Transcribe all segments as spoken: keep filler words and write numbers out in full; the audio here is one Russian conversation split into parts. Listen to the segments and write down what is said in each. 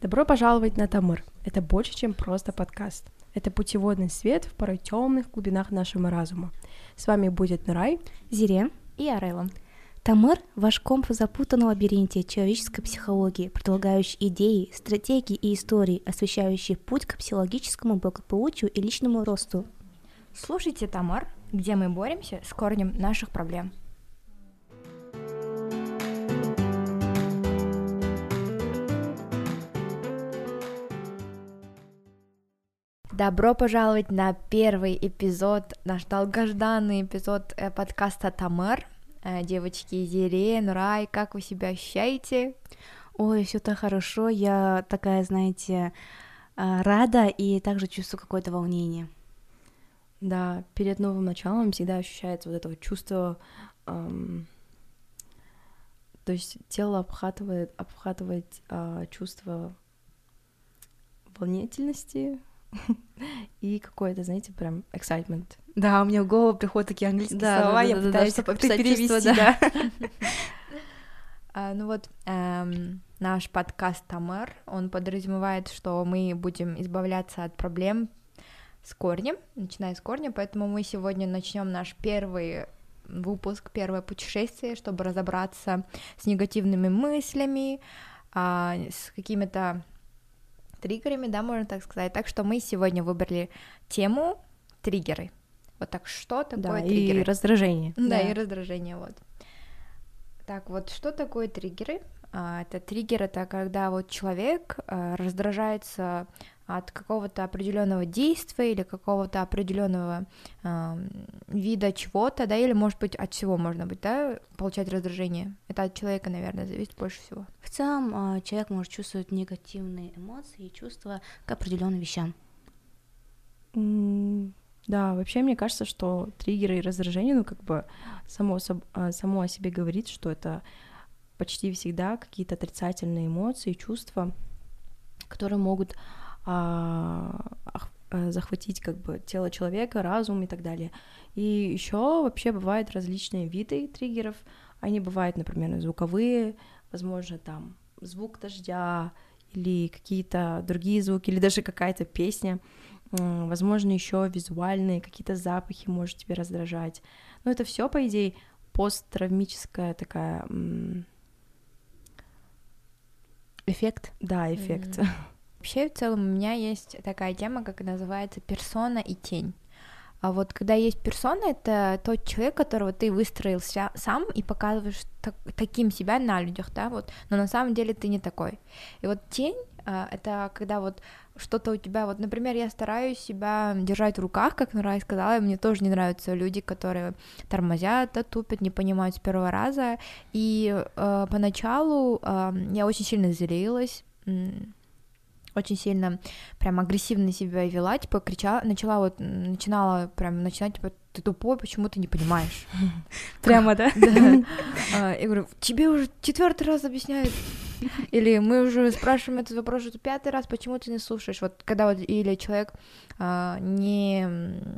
Добро пожаловать на Тамыр. Это больше, чем просто подкаст. Это путеводный свет в порой темных глубинах нашего разума. С вами будет Нурай, Зире и Арейла. Тамыр — ваш компас в запутанном лабиринте человеческой психологии, предлагающий идеи, стратегии и истории, освещающие путь к психологическому благополучию и личному росту. Слушайте Тамыр, где мы боремся с корнем наших проблем. Добро пожаловать на первый эпизод, наш долгожданный эпизод э, подкаста Тамыр. Э, девочки Зире, Нурай, как вы себя ощущаете? Ой, все так хорошо, я такая, знаете, рада и также чувствую какое-то волнение. Да, перед новым началом всегда ощущается вот это вот чувство, эм, то есть тело обхватывает, обхватывает э, чувство волнительности и какое-то, знаете, прям excitement. Да, у меня в голову приходят такие английские да, слова, да, я да, пытаюсь да, как-то перевести, чувство, да. А, ну вот, эм, наш подкаст Тамыр, он подразумевает, что мы будем избавляться от проблем с корнем, начиная с корня, поэтому мы сегодня начнем наш первый выпуск, первое путешествие, чтобы разобраться с негативными мыслями, а, с какими-то триггерами, да, можно так сказать. Так что мы сегодня выбрали тему триггеры. Вот так, что такое да, триггеры? И раздражение. Да, да, и раздражение, вот. Так, вот что такое триггеры? А, это триггер, это когда вот человек а, раздражается от какого-то определенного действия или какого-то определенного а, вида чего-то, да, или, может быть, от всего можно быть, да, получать раздражение. Это от человека, наверное, зависит больше всего. В целом человек может чувствовать негативные эмоции и чувства к определенным вещам. Mm, да, вообще мне кажется, что триггеры и раздражение, ну, как бы само, само о себе говорит, что это почти всегда какие-то отрицательные эмоции, чувства, которые могут а, а, захватить как бы тело человека, разум и так далее. И еще вообще бывают различные виды триггеров. Они бывают, например, звуковые, возможно, там звук дождя или какие-то другие звуки, или даже какая-то песня. Возможно, еще визуальные какие-то запахи может тебя раздражать. Но это все, по идее, посттравмическая такая... Эффект? Да, эффект. Mm-hmm. Вообще, в целом, у меня есть такая тема, как называется персона и тень. А вот когда есть персона, это тот человек, которого ты выстроил сам и показываешь так, таким себя на людях, да, вот, но на самом деле ты не такой. И вот тень — это когда вот что-то у тебя, вот, например, я стараюсь себя держать в руках, как Нурай сказала, и мне тоже не нравятся люди, которые тормозят, да, тупят, не понимают с первого раза, и э, поначалу э, я очень сильно злилась, очень сильно прям агрессивно себя вела, типа кричала, начала вот, начинала прям начинать, типа, ты тупой, почему ты не понимаешь? Прямо, да? Да. Я говорю, тебе уже четвертый раз объясняют, или мы уже спрашиваем этот вопрос уже пятый раз, почему ты не слушаешь? Вот когда вот или человек не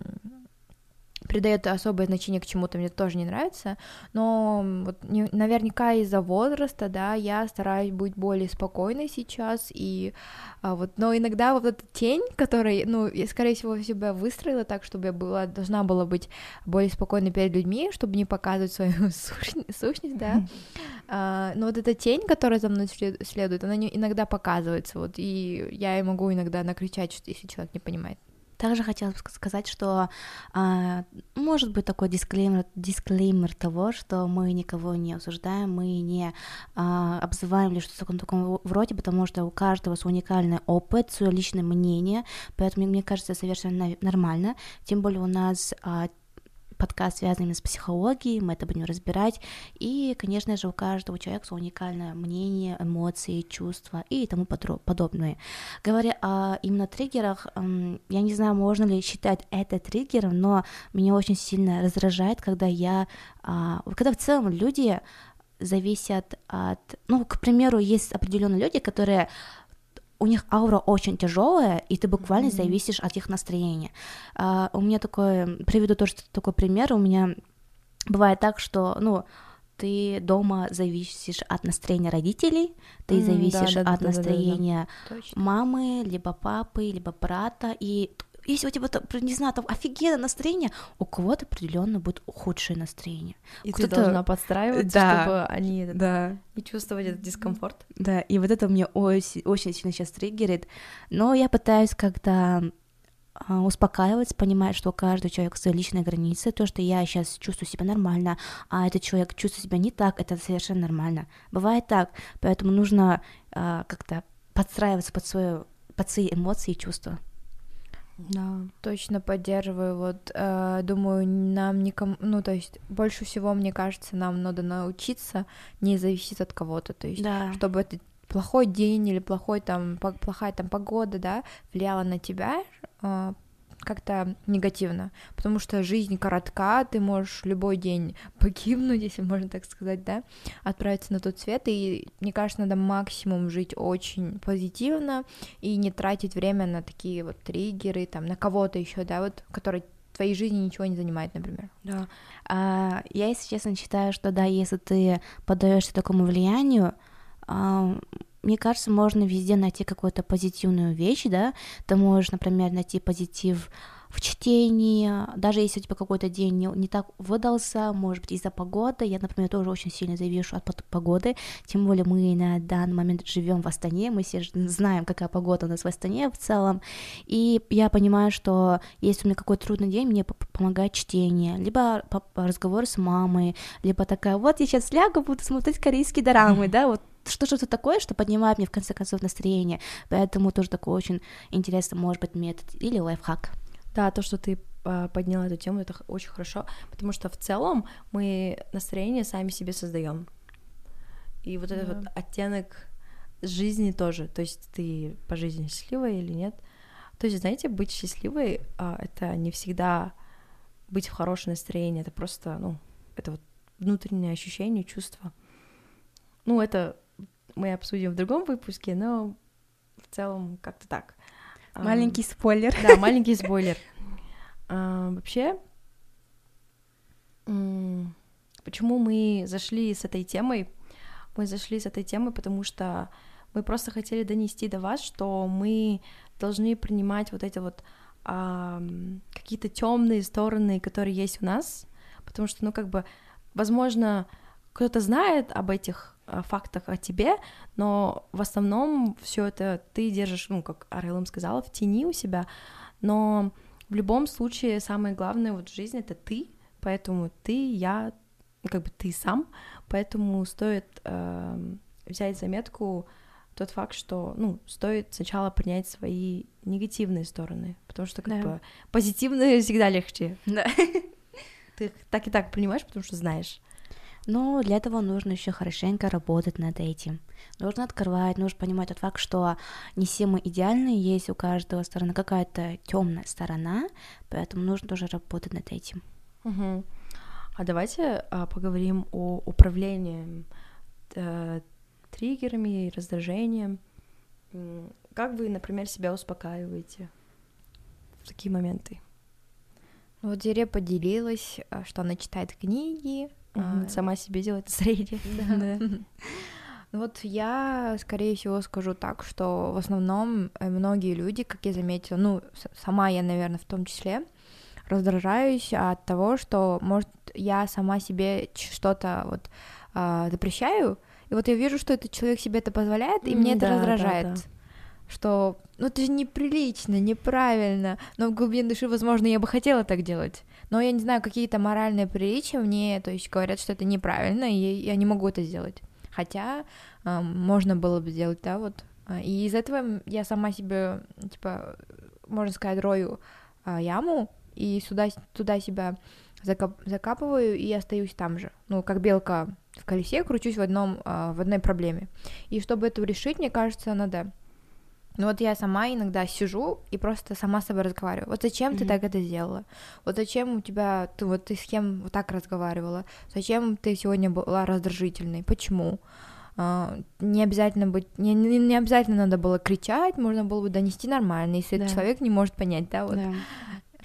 придает особое значение к чему-то, мне тоже не нравится, но вот не, наверняка из-за возраста, да, я стараюсь быть более спокойной сейчас, и а, вот, но иногда вот эта тень, которая, ну, я, скорее всего, себя выстроила так, чтобы я была, должна была быть более спокойной перед людьми, чтобы не показывать свою сущность, да, а, но вот эта тень, которая за мной следует, она не, иногда показывается, вот, и я могу иногда накричать, что если человек не понимает. Также хотела бы сказать, что а, может быть такой дисклеймер, дисклеймер того, что мы никого не осуждаем, мы не а, обзываем или что-то в таком вроде, потому что у каждого свой уникальный опыт, свое личное мнение, поэтому мне кажется, это совершенно нормально, тем более у нас а, подкаст связан именно с психологией, мы это будем разбирать, и, конечно же, у каждого человека свое уникальное мнение, эмоции, чувства и тому подобное. Говоря о именно триггерах, я не знаю, можно ли считать это триггером, но меня очень сильно раздражает, когда я, когда в целом люди зависят от, ну, к примеру, есть определенные люди, которые у них аура очень тяжелая, и ты буквально mm-hmm. зависишь от их настроения. Uh, у меня такой, приведу тоже такой пример, у меня бывает так, что, ну, ты дома зависишь от настроения родителей, ты Mm, зависишь да, да, от да, да, да, да. настроения Точно. мамы, либо папы, либо брата, и если у тебя, там, не знаю, там офигенное настроение, у кого-то определенно будет худшее настроение. И ты Кто-то- должна подстраиваться, Да. чтобы они этот- Да, не чувствовали этот дискомфорт. да, и вот это мне очень, очень сильно сейчас триггерит, но я пытаюсь как-то а, успокаиваться, понимать, что каждый человек свои личные границы, то, что я сейчас чувствую себя нормально, а этот человек чувствует себя не так, это совершенно нормально. Бывает так, поэтому нужно а, как-то подстраиваться под, свою, под свои эмоции и чувства. Да. Точно поддерживаю. Вот э, думаю, нам никому, ну то есть больше всего, мне кажется, нам надо научиться не зависеть от кого-то, то есть Да. чтобы этот плохой день или плохой там по- плохая там погода, да, влияла на тебя э, как-то негативно, потому что жизнь коротка, ты можешь любой день погибнуть, если можно так сказать, да, отправиться на тот свет, и мне кажется, надо максимум жить очень позитивно и не тратить время на такие вот триггеры, там, на кого-то еще, да, вот, который в твоей жизни ничего не занимает, например. Да. А, я, если честно, считаю, что да, если ты поддаешься такому влиянию, а, мне кажется, можно везде найти какую-то позитивную вещь, да, ты можешь, например, найти позитив в чтении, даже если у тебя какой-то день не, не так выдался, может быть, из-за погоды, я, например, тоже очень сильно завишу от под- погоды, тем более мы на данный момент живем в Астане, мы все ж- знаем, какая погода у нас в Астане в целом, и я понимаю, что если у меня какой-то трудный день, мне п- помогает чтение, либо по- разговор с мамой, либо такая, вот я сейчас лягу, буду смотреть корейские дорамы, да, вот что-то такое, что поднимает мне в конце концов настроение, поэтому тоже такой очень интересный, может быть, метод или лайфхак. Да, то, что ты а, подняла эту тему, это х- очень хорошо, потому что в целом мы настроение сами себе создаем. И вот этот Да. вот оттенок жизни тоже, то есть ты по жизни счастливая или нет. То есть, знаете, быть счастливой а, это не всегда быть в хорошем настроении, это просто, ну, это вот внутреннее ощущение, чувство. Ну, это мы обсудим в другом выпуске, но в целом как-то так. А, Маленький спойлер. Да, маленький спойлер. А, вообще, м, почему мы зашли с этой темой? Мы зашли с этой темой, потому что мы просто хотели донести до вас, что мы должны принимать вот эти вот а, какие-то темные стороны, которые есть у нас, потому что, ну, как бы, возможно, кто-то знает об этих а, фактах о тебе, но в основном все это ты держишь, ну, как Арэлэм сказала, в тени у себя, но в любом случае самое главное вот в жизни — это ты, поэтому ты, я, как бы ты сам, поэтому стоит э, взять заметку тот факт, что, ну, стоит сначала принять свои негативные стороны, потому что, как Да. бы, позитивные всегда легче. Да. Ты так и так понимаешь, потому что знаешь. Но для этого нужно еще хорошенько работать над этим. Нужно открывать, нужно понимать тот факт, что не все мы идеальны, есть у каждого стороны какая-то темная сторона, поэтому нужно тоже работать над этим. Угу. А давайте а, поговорим о управлении э, триггерами и раздражением. М, Как вы, например, себя успокаиваете в такие моменты? Вот Зире поделилась, а, что она читает книги. Мгм, а, Сама себе делает настроение. Да. Ну Вот я, скорее всего, скажу так, что в основном э, многие люди, как я заметила, ну, с- сама я, наверное, в том числе, раздражаюсь от того, что, может, я сама себе ч- что-то вот а, запрещаю, и вот я вижу, что этот человек себе это позволяет, и М, мне это да, да, раздражает. да. Что, ну, это же неприлично, неправильно, но в глубине души, возможно, я бы хотела так делать, но я не знаю, какие-то моральные приличия мне, то есть говорят, что это неправильно, и я не могу это сделать, хотя э, можно было бы сделать, да, вот, А, и из этого я сама себе, типа, можно сказать, рою а, яму, и сюда, туда себя закап- закапываю и остаюсь там же, ну, как белка в колесе, кручусь в, одном, а, в одной проблеме, и чтобы это решить, мне кажется, надо... Ну вот я сама иногда сижу и просто сама с собой разговариваю. Вот зачем Мгм. ты так это сделала? Вот зачем у тебя, ты вот ты с кем вот так разговаривала? Зачем ты сегодня была раздражительной? Почему? А, не обязательно быть, не, не, не обязательно надо было кричать, можно было бы донести нормально, если Да. этот человек не может понять, да, вот. Да.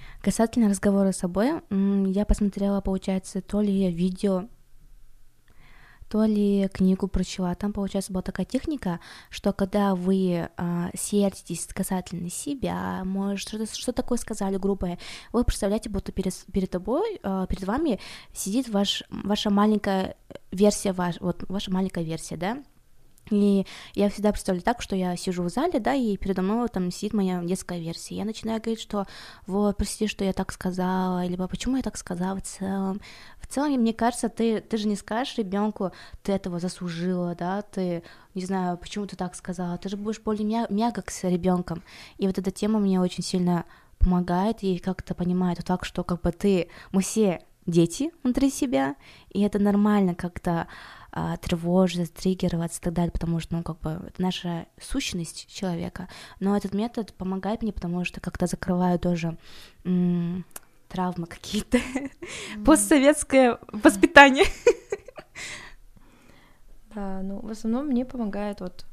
Касательно разговора с собой, м, я посмотрела, получается, то ли видео то ли книгу прочла. Там, получается, была такая техника, что когда вы а, сердитесь касательно себя, может, что-то, что такое сказали грубое, вы представляете, будто перед, перед тобой, а, перед вами сидит ваш, ваша маленькая версия, ваш, вот ваша маленькая версия, да, и я всегда представляю так, что я сижу в зале, да, и передо мной там сидит моя детская версия. Я начинаю говорить, что вот, прости, что я так сказала, либо почему я так сказала в целом. В целом, мне кажется, ты, ты же не скажешь ребенку, ты этого заслужила, да, ты, не знаю, почему ты так сказала, ты же будешь более мя- мягок с ребенком. И вот эта тема мне очень сильно помогает и как-то понимает так, что как бы ты, мы все дети внутри себя, и это нормально как-то а, тревожиться, триггироваться и так далее, потому что, ну, как бы, это наша сущность человека, но этот метод помогает мне, потому что как-то закрываю тоже м- травмы какие-то, mm-hmm. постсоветское воспитание. Да, ну, в основном мне помогает вот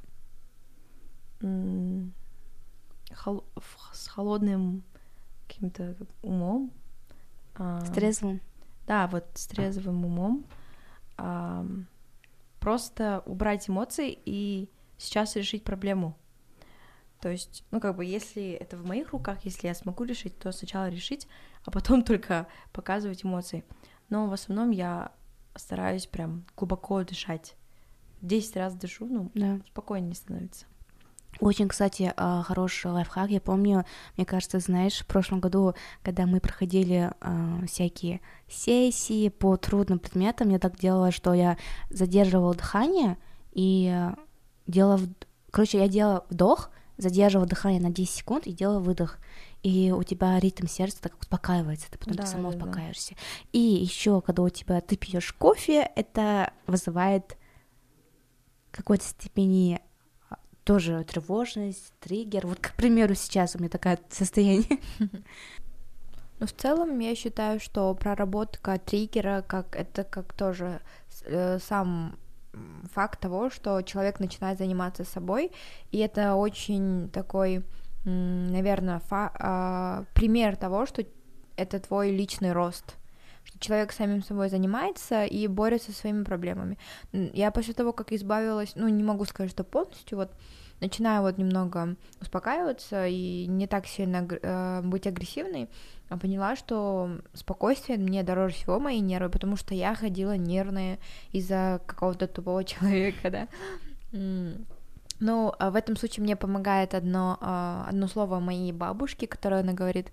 м- хол- с холодным каким-то умом. С трезвым. Да, вот с трезвым умом. А, просто убрать эмоции и сейчас решить проблему. То есть, ну, как бы, если это в моих руках, если я смогу решить, то сначала решить, а потом только показывать эмоции. Но в основном я стараюсь прям глубоко дышать. Десять раз дышу, ну, да. Спокойнее становится. Очень, кстати, хороший лайфхак. Я помню, мне кажется, знаешь, в прошлом году, когда мы проходили э, всякие сессии по трудным предметам, я так делала, что я задерживала дыхание и делала... Короче, я делала вдох, задерживала дыхание на десять секунд и делала выдох. И у тебя ритм сердца так успокаивается, ты потом да, ты сама да, успокаиваешься. Да. И еще, когда у тебя ты пьешь кофе, это вызывает в какой-то степени тоже тревожность, триггер. Вот, к примеру, сейчас у меня такое состояние. Ну, в целом, я считаю, что проработка триггера, как это как тоже э, сам факт того, что человек начинает заниматься собой, и это очень такой, наверное, фа- э, пример того, что это твой личный рост. Что человек самим собой занимается и борется со своими проблемами. Я после того, как избавилась, ну, не могу сказать, что полностью, вот, начинаю вот немного успокаиваться и не так сильно э, быть агрессивной, а поняла, что спокойствие мне дороже всего, мои нервы, потому что я ходила нервная из-за какого-то тупого человека, да. Ну, в этом случае мне помогает одно, одно слово моей бабушки, которое она говорит: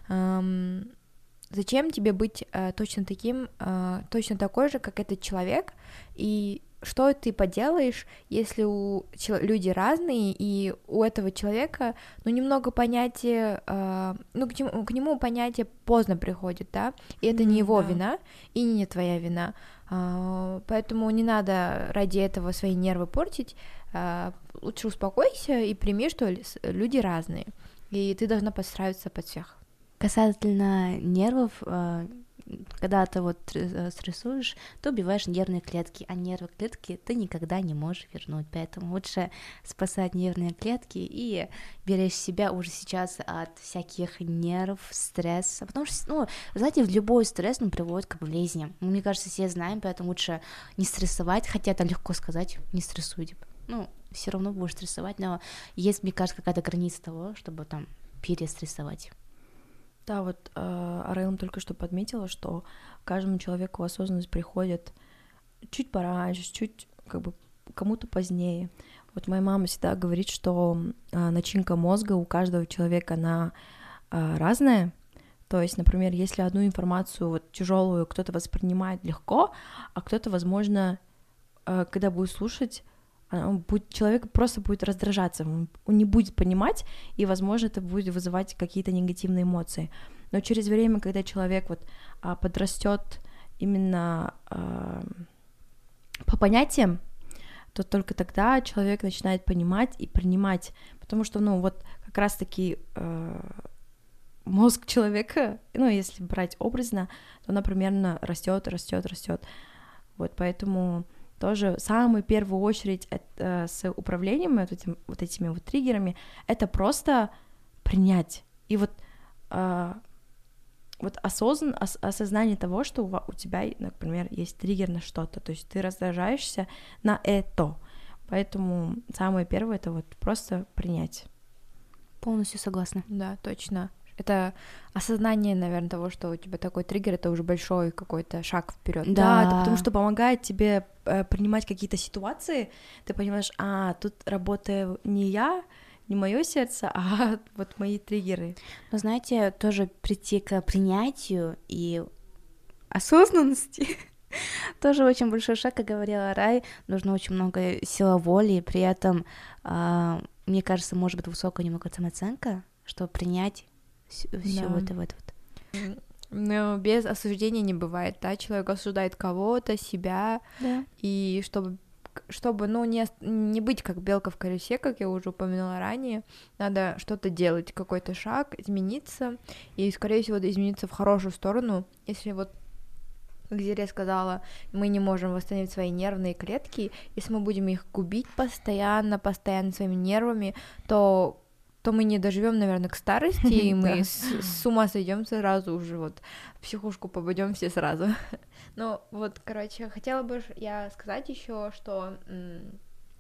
зачем тебе быть э, точно таким, э, точно такой же, как этот человек, и что ты поделаешь, если у чел- люди разные, и у этого человека, ну, немного понятия, э, ну, к нему, к нему понятие поздно приходит, да, и это mm, не его да. вина, и не твоя вина, э, поэтому не надо ради этого свои нервы портить, э, лучше успокойся и прими, что люди разные, и ты должна подстраиваться под всех. Касательно нервов, когда ты вот стрессуешь, ты убиваешь нервные клетки, а нервные клетки ты никогда не можешь вернуть, поэтому лучше спасать нервные клетки и беречь себя уже сейчас от всяких нервов, стресса, потому что, ну, знаете, любой стресс, он приводит к болезням, мне кажется, все знаем, поэтому лучше не стрессовать, хотя это легко сказать, не стрессуйте, ну, все равно будешь стрессовать, но есть, мне кажется, какая-то граница того, чтобы там перестрессовать. Да, вот э, Арайлм только что подметила, что каждому человеку осознанность приходит чуть пораньше, чуть как бы кому-то позднее. Вот моя мама всегда говорит, что э, начинка мозга у каждого человека, она э, разная. То есть, например, если одну информацию вот тяжелую кто-то воспринимает легко, а кто-то, возможно, э, когда будет слушать, он будет, человек просто будет раздражаться, он не будет понимать, и, возможно, это будет вызывать какие-то негативные эмоции. Но через время, когда человек вот а, подрастет именно а, по понятиям, то только тогда человек начинает понимать и принимать, потому что, ну, вот как раз-таки а, мозг человека, ну, если брать образно, то она примерно растет, растет, растет. Вот поэтому тоже в самую первую очередь это, с управлением вот, этим, вот этими вот триггерами, это просто принять. И вот э, вот осознан, ос- осознание того, что у, ва- у тебя, например, есть триггер на что-то, то есть ты раздражаешься на это. Поэтому самое первое — это вот просто принять. Полностью согласна. Да, точно. Это осознание, наверное, того, что у тебя такой триггер, это уже большой какой-то шаг вперед. Да, Да. это потому что помогает тебе э, принимать какие-то ситуации. Ты понимаешь, а, тут работаю не я, не мое сердце, а вот мои триггеры. Но знаете, тоже прийти к принятию и осознанности тоже очень большой шаг, как говорила Рай, нужно очень много силы воли, и при этом, а, мне кажется, может быть высокая немного самооценка, чтобы принять всё, всё Да. это, вот, вот. Но без осуждения не бывает, да, человек осуждает кого-то, себя, Да. и чтобы, чтобы ну, не, ос- не быть как белка в колесе, как я уже упомянула ранее, надо что-то делать, какой-то шаг, измениться, и, скорее всего, измениться в хорошую сторону, если вот как Зиря сказала, мы не можем восстановить свои нервные клетки, если мы будем их губить постоянно, постоянно своими нервами, то то мы не доживем, наверное, к старости, и мы Да. с, с ума сойдем сразу уже, вот, в психушку попадем все сразу. Ну, вот, короче, хотела бы ж я сказать еще, что м,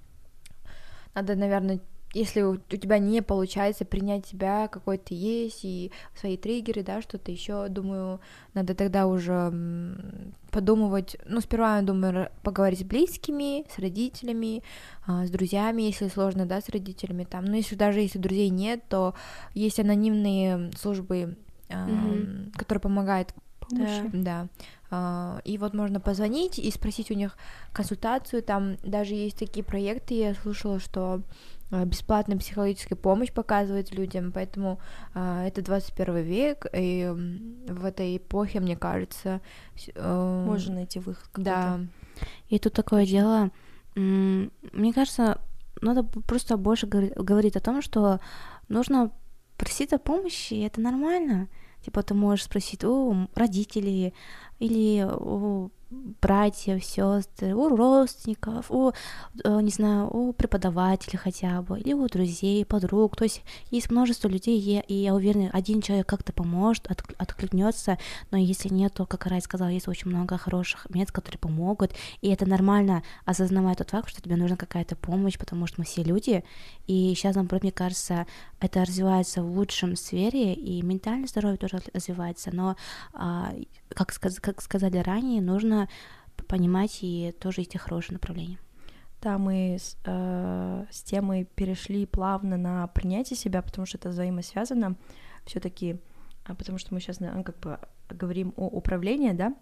надо, наверное, если у, у тебя не получается принять себя, какой ты есть, и свои триггеры, да, что-то еще, думаю, надо тогда уже м, подумывать, ну, сперва, я думаю, р- поговорить с близкими, с родителями, а, с друзьями, если сложно, да, с родителями, там, ну, если даже если друзей нет, то есть анонимные службы, а, Мгм. которые помогают Помощи. да. А, И вот можно позвонить и спросить у них консультацию. Там даже есть такие проекты, я слышала, что а, бесплатная психологическая помощь показывает людям, поэтому а, это двадцать первый век, и м, в этой эпохе, мне кажется, с- э, Можно найти выход какой-то. да, И тут такое дело, м, мне кажется, надо б- просто больше говори- говорить о том, что нужно просить о помощи, и это нормально. Типа ты можешь спросить у м- родителей или у братьев, сестер, у родственников, у, э, не знаю, у преподавателя хотя бы, или у друзей, подруг. То есть есть множество людей, и, и я уверена, один человек как-то поможет, отк- откликнется, но если нет, то, как Рай сказала, есть очень много хороших мест, которые помогут, и это нормально осознавать тот факт, что тебе нужна какая-то помощь, потому что мы все люди, и сейчас, наоборот, мне кажется, это развивается в лучшем сфере, и ментальное здоровье тоже развивается, но, а, как, сказ- как сказали ранее, нужно понимать и тоже идти в хорошее направление. Да, мы с, э, с темы перешли плавно на принятие себя, потому что это взаимосвязано все-таки, потому что мы сейчас как бы говорим о управлении, да,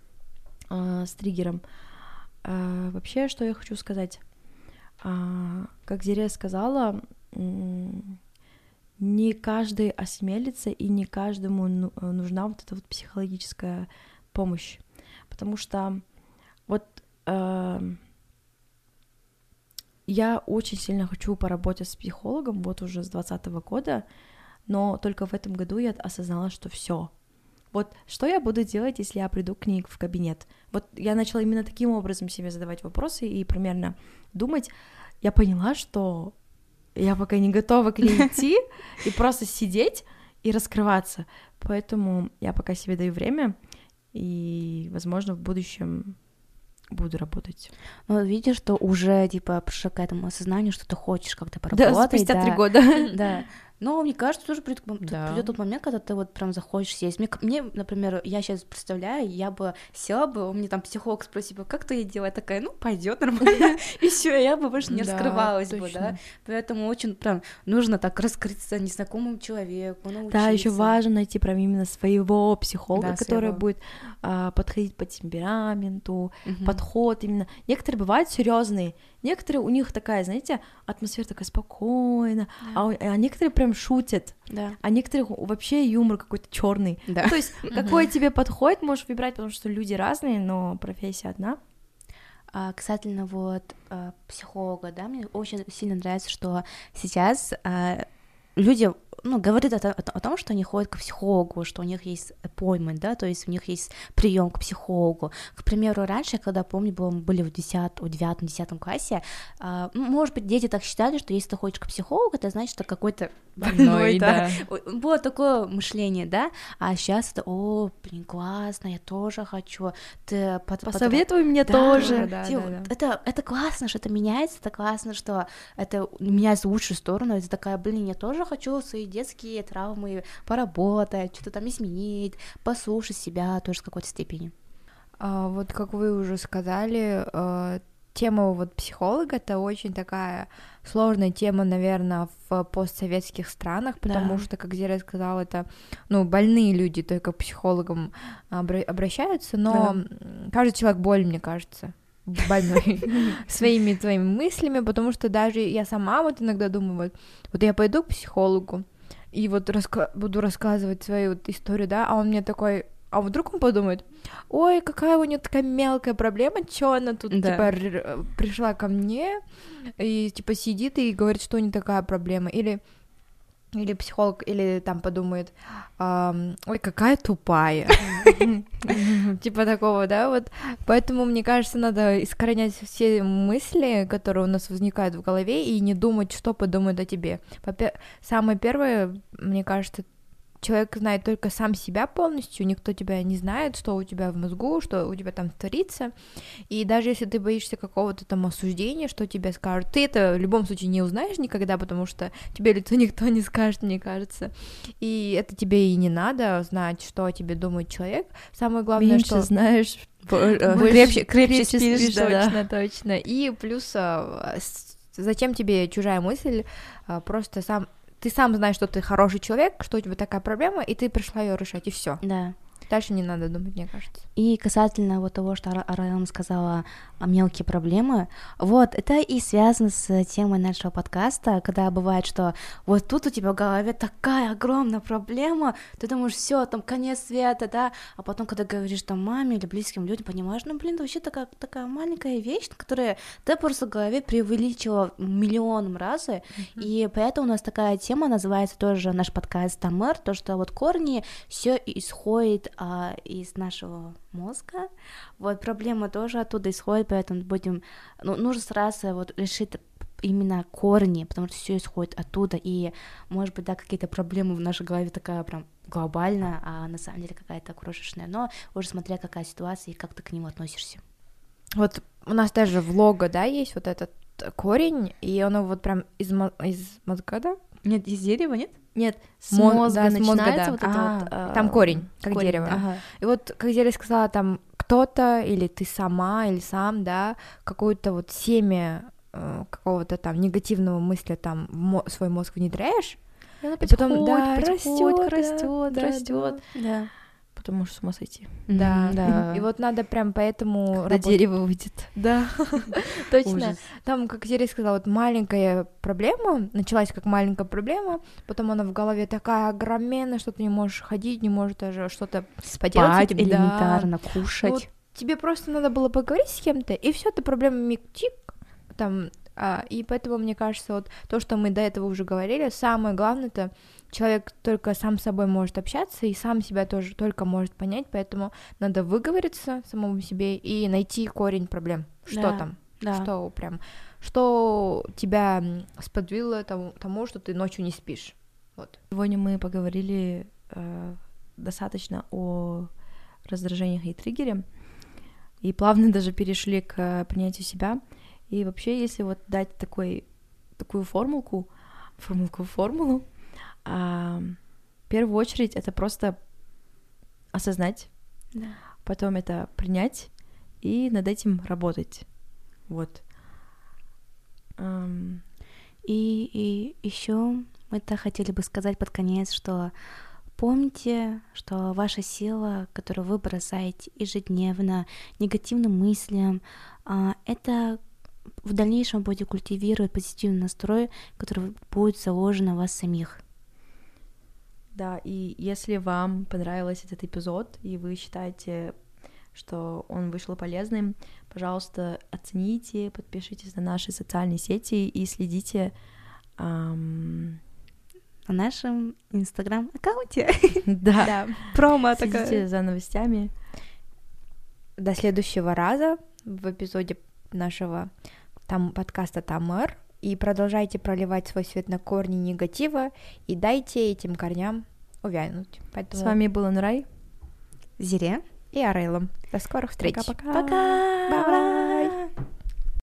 э, с триггером. А, вообще, что я хочу сказать? А, как Зиря сказала, м, не каждый осмелится, и не каждому ну- нужна вот эта вот психологическая помощь, потому что вот э, я очень сильно хочу поработать с психологом, вот уже с двадцатого года, но только в этом году я осознала, что все. Вот что я буду делать, если я приду к ней в кабинет? Вот я начала именно таким образом себе задавать вопросы и примерно думать. Я поняла, что я пока не готова к ней идти и просто сидеть и раскрываться. Поэтому я пока себе даю время, и, возможно, в будущем буду работать. Ну, видишь, что уже, типа, пришло к этому осознанию, что ты хочешь как-то Да, поработать. спустя три да. года. Да. Но мне кажется, тоже придет, Да. придет тот момент, когда ты вот прям захочешь сесть. Мне, мне, например, я сейчас представляю, я бы села бы, у меня там психолог спросил бы, как ты ей делать? Такая, ну, пойдет нормально. И все, я бы больше не Да, раскрывалась бы, точно. да. Поэтому очень прям нужно так раскрыться незнакомому человеку, научиться. Да, еще важно найти прям именно своего психолога, Да, который своего. будет а, подходить по темпераменту, Мгм. подход именно. Некоторые бывают серьезные, некоторые у них такая, знаете, атмосфера такая спокойная, а, у- а некоторые прям шутят, Да. а некоторых вообще юмор какой-то черный. Да. Ну, то есть какой тебе подходит, можешь выбирать, потому что люди разные, но профессия одна. А, касательно вот а, психолога, да, мне очень сильно нравится, что сейчас а, люди ну, говорит о, о, о том, что они ходят к психологу, что у них есть appointment, да, то есть у них есть прием к психологу. К примеру, раньше, когда, помню, было, мы были в десятом, в девятом, десятом классе, а, может быть, дети так считали, что если ты ходишь к психологу, это значит, что какой-то больной, да. Было такое мышление, да, а сейчас это, о, блин, классно, я тоже хочу. Ты под, посоветуй под... мне да, тоже. Да, да, да. Это, это классно, что это меняется, это классно, что это меняется в лучшую сторону. Это такая, блин, я тоже хочу свои детские травмы поработать, что-то там изменить, послушать себя тоже в какой-то степени. А, вот как вы уже сказали, э, тема вот психолога — это очень такая сложная тема, наверное, в постсоветских странах, потому да. что, как Зира сказала, это, ну, больные люди только к психологам обра- обращаются, но да. каждый человек болен, мне кажется, больной своими твоими мыслями, потому что даже я сама вот иногда думаю, вот, вот я пойду к психологу и вот раска- буду рассказывать свою вот историю, да, а он мне такой... А вдруг он подумает, ой, какая у нее такая мелкая проблема, чё она тут, да. типа, р- пришла ко мне и, типа, сидит и говорит, что у нее такая проблема, или, или психолог, или там подумает, ой, какая тупая, типа такого, да, вот, поэтому, мне кажется, надо искоренять все мысли, которые у нас возникают в голове, и не думать, что подумают о тебе. Самое первое, мне кажется, человек знает только сам себя полностью, никто тебя не знает, что у тебя в мозгу, что у тебя там творится, и даже если ты боишься какого-то там осуждения, что тебе скажут, ты это в любом случае не узнаешь никогда, потому что тебе лицо никто не скажет, мне кажется, и это тебе и не надо знать, что о тебе думает человек, самое главное, меньше что... знаешь, крепче, крепче спишь, спишь, да, точно, точно, и плюс зачем тебе чужая мысль, просто сам ты сам знаешь, что ты хороший человек, что у тебя такая проблема, и ты пришла ее решать, и все. Да. Дальше не надо думать, мне кажется. И касательно вот того, что Райан сказала о мелкие проблемы, вот, это и связано с темой нашего подкаста, когда бывает, что вот тут у тебя в голове такая огромная проблема, ты думаешь, все, там конец света, да, а потом, когда говоришь там маме или близким людям, понимаешь, ну, блин, это вообще такая, такая маленькая вещь, которая ты просто в голове преувеличила миллионом раз, mm-hmm. и поэтому у нас такая тема называется тоже наш подкаст Тамер, то, что вот корни все исходит а, из нашего мозга, вот проблема тоже оттуда исходит, поэтому будем, ну, нужно сразу вот решить именно корни, потому что все исходит оттуда, и, может быть, да, какие-то проблемы в нашей голове такая прям глобальная, а на самом деле какая-то крошечная, но уже смотря какая ситуация и как ты к нему относишься. Вот у нас даже в лого, да, есть вот этот корень, и оно вот прям из, мо- из мозга, да? Нет, из дерева, нет? Нет, с Мо- мозга да, с начинается мозга, да. вот это а, вот... А, там корень, как корень, дерево. Ага. И вот, как Зеля сказала, там кто-то, или ты сама, или сам, да, какое-то вот семя э, какого-то там негативного мысли там в мо- свой мозг внедряешь, и, и потом, да, растет, растет, растет, да, растет. Да. Да. Потому что с ума сойти. Да, mm, да. И вот надо прям поэтому... Когда работать. Дерево выйдет. Да, точно. Там, как Зеля сказала, вот маленькая проблема, началась как маленькая проблема, потом она в голове такая огроменная, что ты не можешь ходить, не можешь даже что-то поделать. Спать элементарно, кушать. Вот тебе просто надо было поговорить с кем-то, и все, эта проблема миг-тик, там... А, и поэтому, мне кажется, вот то, что мы до этого уже говорили, самое главное, это человек только сам с собой может общаться и сам себя тоже только может понять, поэтому надо выговориться самому себе и найти корень проблем. Что да, там? Да. Что прям? Что тебя сподвигло тому, тому, что ты ночью не спишь? Вот. Сегодня мы поговорили э, достаточно о раздражениях и триггере, и плавно даже перешли к принятию себя. И вообще, если вот дать такой, такую формулку, формулку, формулу, а, в первую очередь это просто осознать, да. потом это принять и над этим работать. Вот. Um... И, и еще мы-то хотели бы сказать под конец, что помните, что ваша сила, которую вы бросаете ежедневно негативным мыслям, это в дальнейшем будете культивировать позитивный настрой, который будет заложен в вас самих. Да, и если вам понравился этот эпизод, и вы считаете, что он вышел полезным, пожалуйста, оцените, подпишитесь на наши социальные сети и следите эм, на нашем инстаграм-аккаунте. Да. Да. Промо Следите такое. за новостями. До следующего раза в эпизоде нашего там подкаста Тамэр. И продолжайте проливать свой свет на корни негатива и дайте этим корням увянуть. Поэтому... С вами был Нурай. Зире. и Арелом. До скорых встреч. Пока-пока. Пока!